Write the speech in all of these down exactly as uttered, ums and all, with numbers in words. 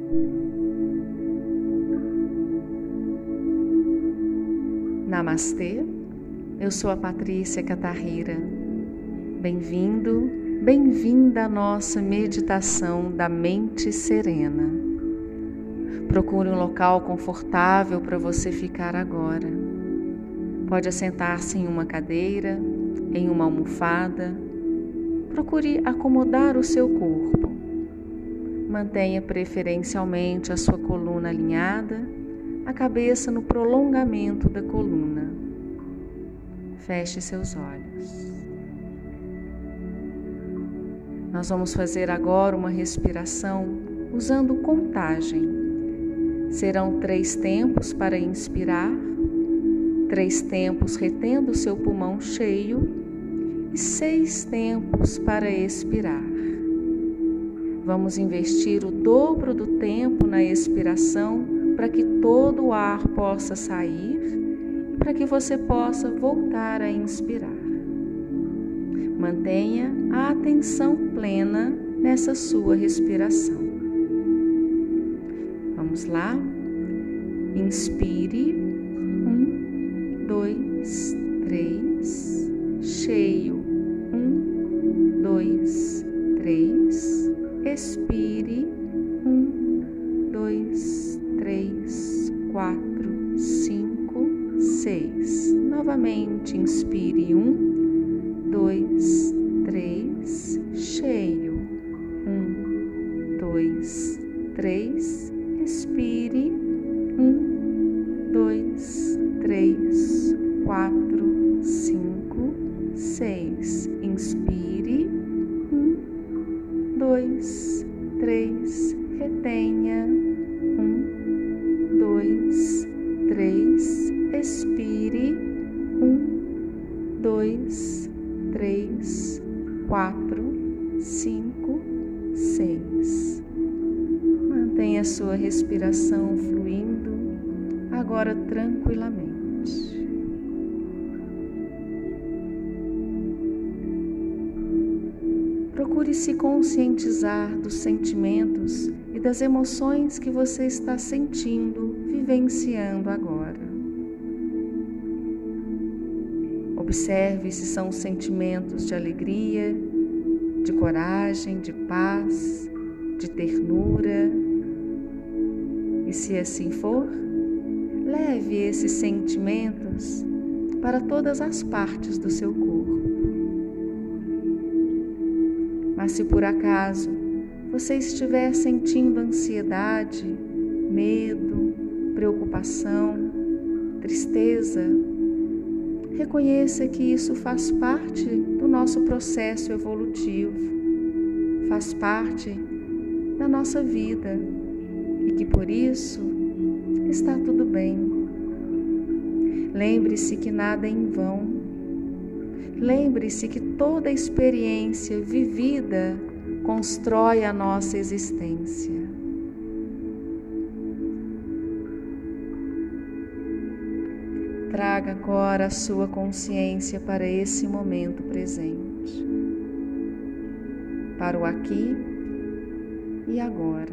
Namastê, eu sou a Patrícia Catarrira. Bem-vindo, bem-vinda à nossa meditação da mente serena. Procure um local confortável para você ficar agora. Pode assentar-se em uma cadeira, em uma almofada. Procure acomodar o seu corpo. Mantenha preferencialmente a sua coluna alinhada, a cabeça no prolongamento da coluna. Feche seus olhos. Nós vamos fazer agora uma respiração usando contagem. Serão três tempos para inspirar, três tempos retendo o seu pulmão cheio e seis tempos para expirar. Vamos investir o dobro do tempo na expiração para que todo o ar possa sair e para que você possa voltar a inspirar. Mantenha a atenção plena nessa sua respiração. Vamos lá? Inspire. Um, dois, três. Cheio. Um, dois, três. Expire. Um, dois, três, quatro, cinco, seis. Novamente, inspire. Um, dois, três. Cheio. Um, dois, três. Expire. Um, dois, três, quatro, cinco, seis. Inspire. Um, dois, três. Retenha. Um, dois, três. Expire. Um, dois, três, quatro, cinco, seis. Mantenha a sua respiração fluindo, agora tranquilamente. Procure se conscientizar dos sentimentos e das emoções que você está sentindo, vivenciando agora. Observe se são sentimentos de alegria, de coragem, de paz, de ternura. E se assim for, leve esses sentimentos para todas as partes do seu corpo. Mas se por acaso você estiver sentindo ansiedade, medo, preocupação, tristeza, reconheça que isso faz parte do nosso processo evolutivo, faz parte da nossa vida e que por isso está tudo bem. Lembre-se que nada é em vão. Lembre-se que toda experiência vivida constrói a nossa existência. Traga agora a sua consciência para esse momento presente, para o aqui e agora.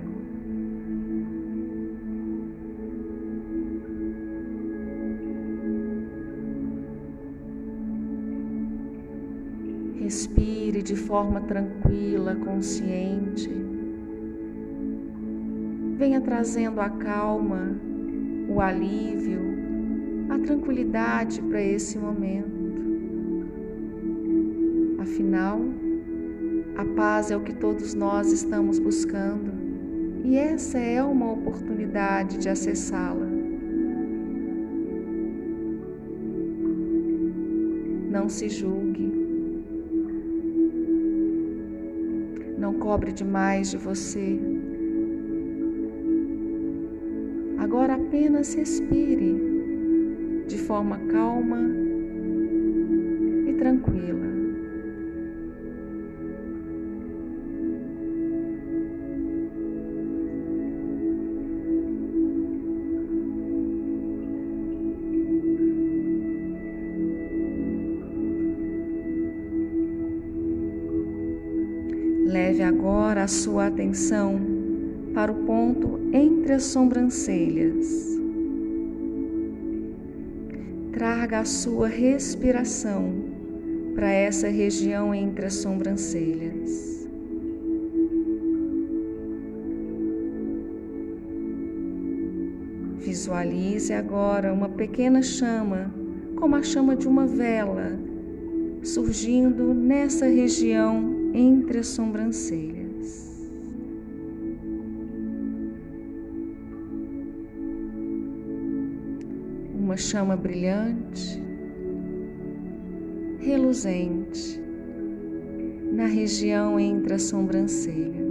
Respire de forma tranquila, consciente. Venha trazendo a calma, o alívio, a tranquilidade para esse momento. Afinal, a paz é o que todos nós estamos buscando e essa é uma oportunidade de acessá-la. Não se julgue. Não cobre demais de você. Agora apenas respire de forma calma e tranquila. Leve agora a sua atenção para o ponto entre as sobrancelhas. Traga a sua respiração para essa região entre as sobrancelhas. Visualize agora uma pequena chama, como a chama de uma vela, surgindo nessa região entre as sobrancelhas. Uma chama brilhante, reluzente, na região entre as sobrancelhas.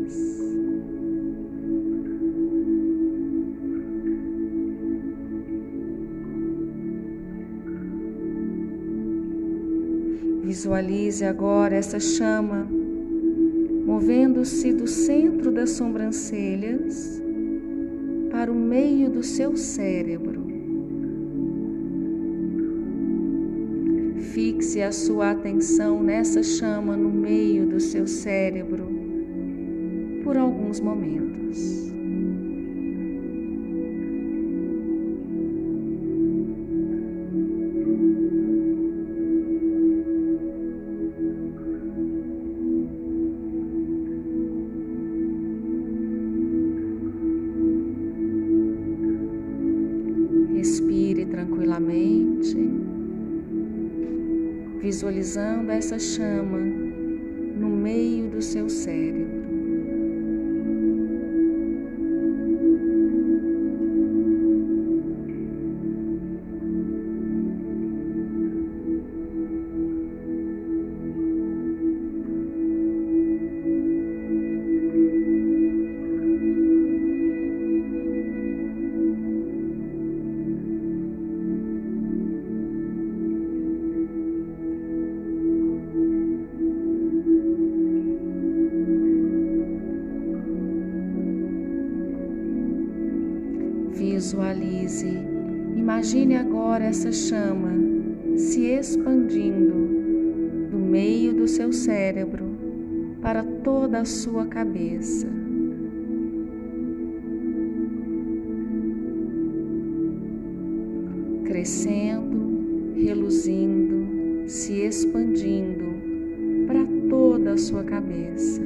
Visualize agora essa chama movendo-se do centro das sobrancelhas para o meio do seu cérebro. Fixe a sua atenção nessa chama no meio do seu cérebro por alguns momentos. Respire tranquilamente, visualizando essa chama no meio do seu cérebro. Visualize, imagine agora essa chama se expandindo do meio do seu cérebro para toda a sua cabeça. Crescendo, reluzindo, se expandindo para toda a sua cabeça.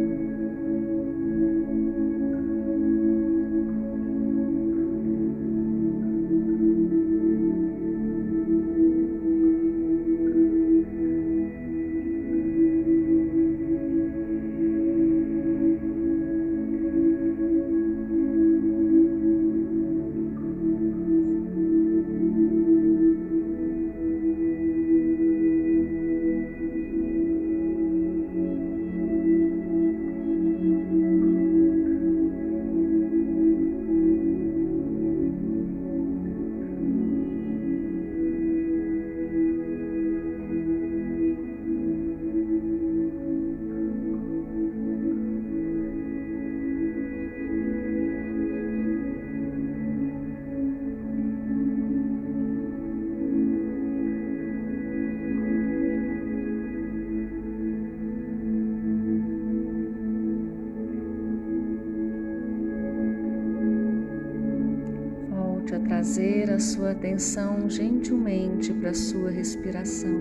A trazer a sua atenção gentilmente para a sua respiração,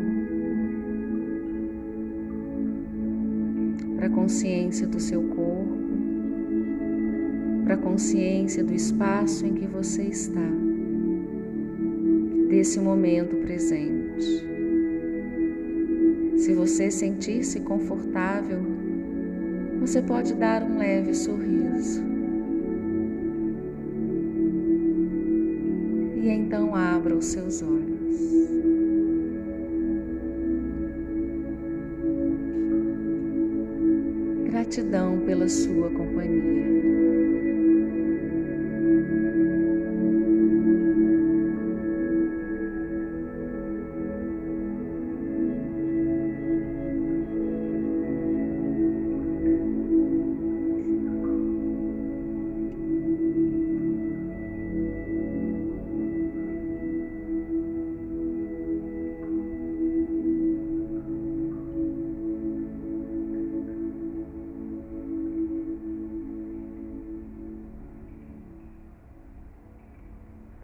para a consciência do seu corpo, para a consciência do espaço em que você está, desse momento presente. Se você sentir-se confortável, você pode dar um leve sorriso. E então abra os seus olhos. Gratidão pela sua companhia.